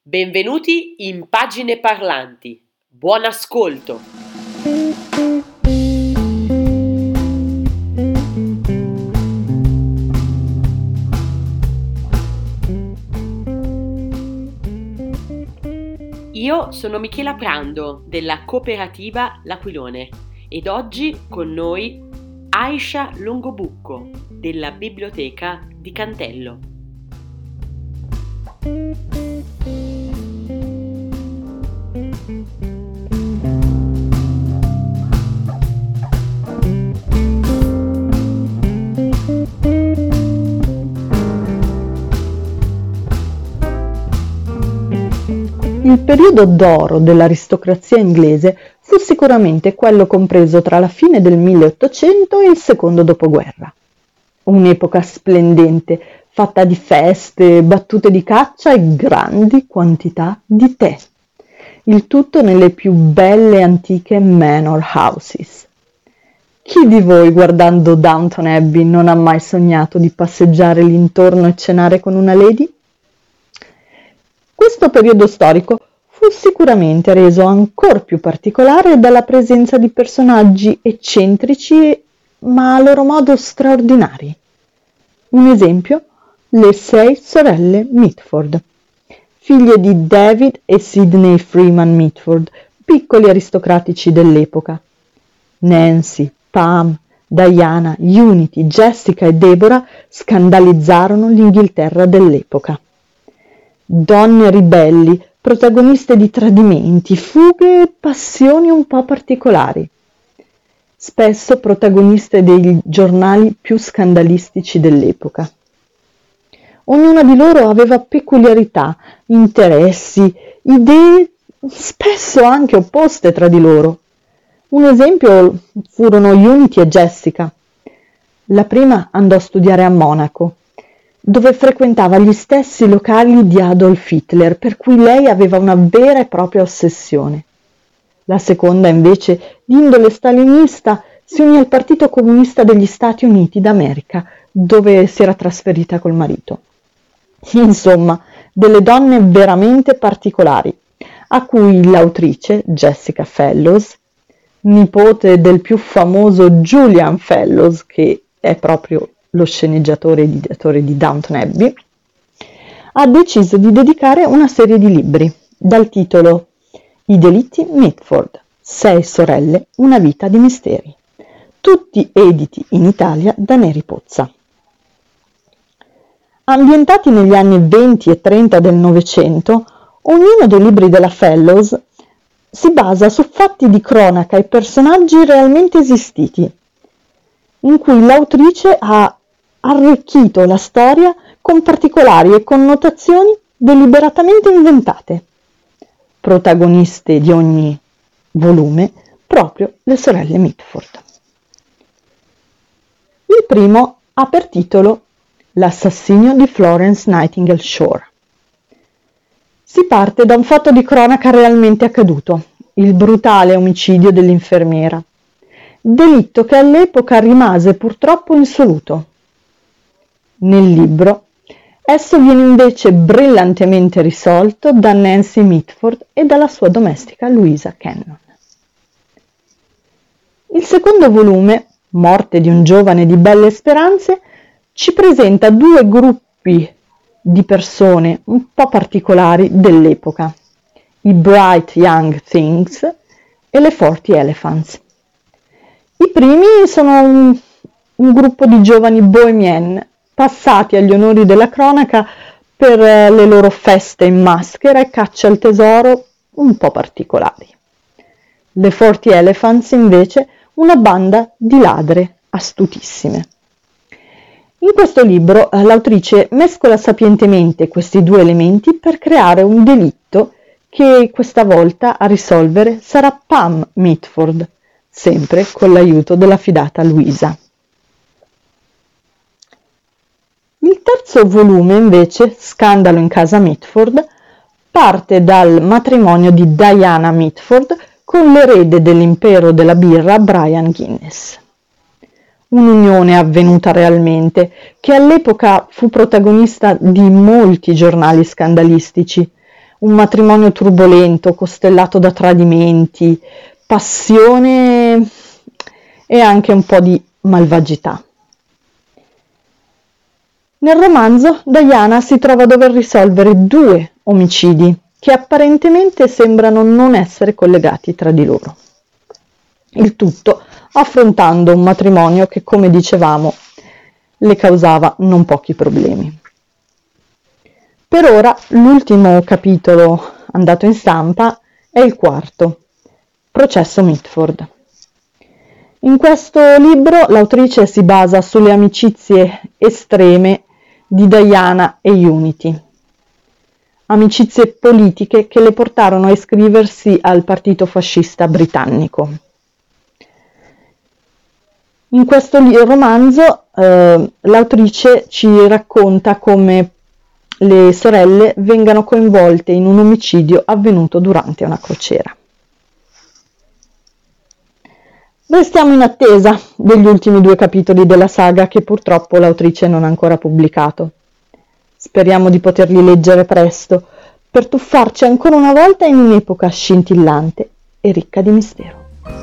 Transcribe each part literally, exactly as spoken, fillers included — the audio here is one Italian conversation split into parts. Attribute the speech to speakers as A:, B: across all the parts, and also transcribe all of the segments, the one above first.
A: Benvenuti in Pagine Parlanti. Buon ascolto! Io sono Michela Prando della cooperativa L'Aquilone ed oggi con noi Aisha Longobucco della biblioteca di Cantello.
B: Il periodo d'oro dell'aristocrazia inglese fu sicuramente quello compreso tra la fine del milleottocento e il secondo dopoguerra. Un'epoca splendente, fatta di feste, battute di caccia e grandi quantità di tè. Il tutto nelle più belle antiche manor houses. Chi di voi, guardando Downton Abbey, non ha mai sognato di passeggiare lì intorno e cenare con una lady? Questo periodo storico fu sicuramente reso ancor più particolare dalla presenza di personaggi eccentrici ma a loro modo straordinari. Un esempio, le sei sorelle Mitford, figlie di David e Sidney Freeman Mitford, piccoli aristocratici dell'epoca. Nancy, Pam, Diana, Unity, Jessica e Deborah scandalizzarono l'Inghilterra dell'epoca. Donne ribelli, protagoniste di tradimenti, fughe e passioni un po' particolari. Spesso protagoniste dei giornali più scandalistici dell'epoca. Ognuna di loro aveva peculiarità, interessi, idee spesso anche opposte tra di loro. Un esempio furono Unity e Jessica. La prima andò a studiare a Monaco, dove frequentava gli stessi locali di Adolf Hitler, per cui lei aveva una vera e propria ossessione. La seconda, invece, di indole stalinista, si unì al Partito Comunista degli Stati Uniti d'America, dove si era trasferita col marito. Insomma, delle donne veramente particolari, a cui l'autrice, Jessica Fellowes, nipote del più famoso Julian Fellowes, che è proprio lo sceneggiatore e ideatore di Downton Abbey, ha deciso di dedicare una serie di libri dal titolo I delitti Mitford, sei sorelle, una vita di misteri, tutti editi in Italia da Neri Pozza. Ambientati negli anni venti e trenta del Novecento, ognuno dei libri della Fellowes si basa su fatti di cronaca e personaggi realmente esistiti, in cui l'autrice ha arricchito la storia con particolari e connotazioni deliberatamente inventate. Protagoniste di ogni volume, proprio le sorelle Mitford. Il primo ha per titolo L'assassinio di Florence Nightingale Shore. Si parte da un fatto di cronaca realmente accaduto, il brutale omicidio dell'infermiera, delitto che all'epoca rimase purtroppo insoluto. Nel libro, esso viene invece brillantemente risolto da Nancy Mitford e dalla sua domestica Louisa Cannon. Il secondo volume, Morte di un giovane di belle speranze, ci presenta due gruppi di persone un po' particolari dell'epoca, i Bright Young Things e le Forty Elephants. I primi sono un, un gruppo di giovani bohemienne passati agli onori della cronaca per le loro feste in maschera e caccia al tesoro un po' particolari. Le Forty Elephants, invece, una banda di ladre astutissime. In questo libro l'autrice mescola sapientemente questi due elementi per creare un delitto che questa volta a risolvere sarà Pam Mitford, sempre con l'aiuto della fidata Louisa. Il terzo volume, invece, Scandalo in casa Mitford, parte dal matrimonio di Diana Mitford con l'erede dell'impero della birra Brian Guinness. Un'unione avvenuta realmente, che all'epoca fu protagonista di molti giornali scandalistici, un matrimonio turbolento, costellato da tradimenti, passione e anche un po' di malvagità. Nel romanzo Diana si trova a dover risolvere due omicidi che apparentemente sembrano non essere collegati tra di loro. Il tutto affrontando un matrimonio che, come dicevamo, le causava non pochi problemi. Per ora l'ultimo capitolo andato in stampa è il quarto, Processo Mitford. In questo libro l'autrice si basa sulle amicizie estreme di Diana e Unity, amicizie politiche che le portarono a iscriversi al partito fascista britannico. In questo romanzo eh, l'autrice ci racconta come le sorelle vengano coinvolte in un omicidio avvenuto durante una crociera. Restiamo in attesa degli ultimi due capitoli della saga che purtroppo l'autrice non ha ancora pubblicato. Speriamo di poterli leggere presto per tuffarci ancora una volta in un'epoca scintillante e ricca di mistero.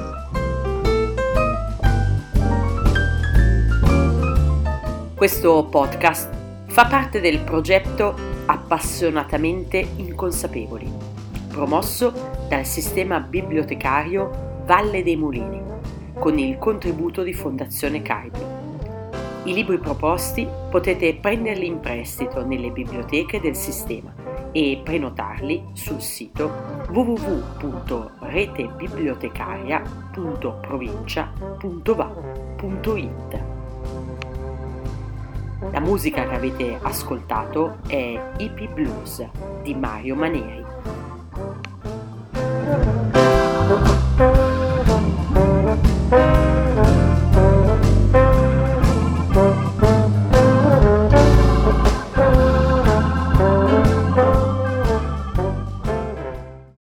A: Questo podcast fa parte del progetto Appassionatamente Inconsapevoli, promosso dal sistema bibliotecario Valle dei Mulini, con il contributo di Fondazione Carpi. I libri proposti potete prenderli in prestito nelle biblioteche del sistema e prenotarli sul sito w w w punto retebibliotecaria punto provincia punto va punto i t. La musica che avete ascoltato è Hippie Blues di Mario Maneri.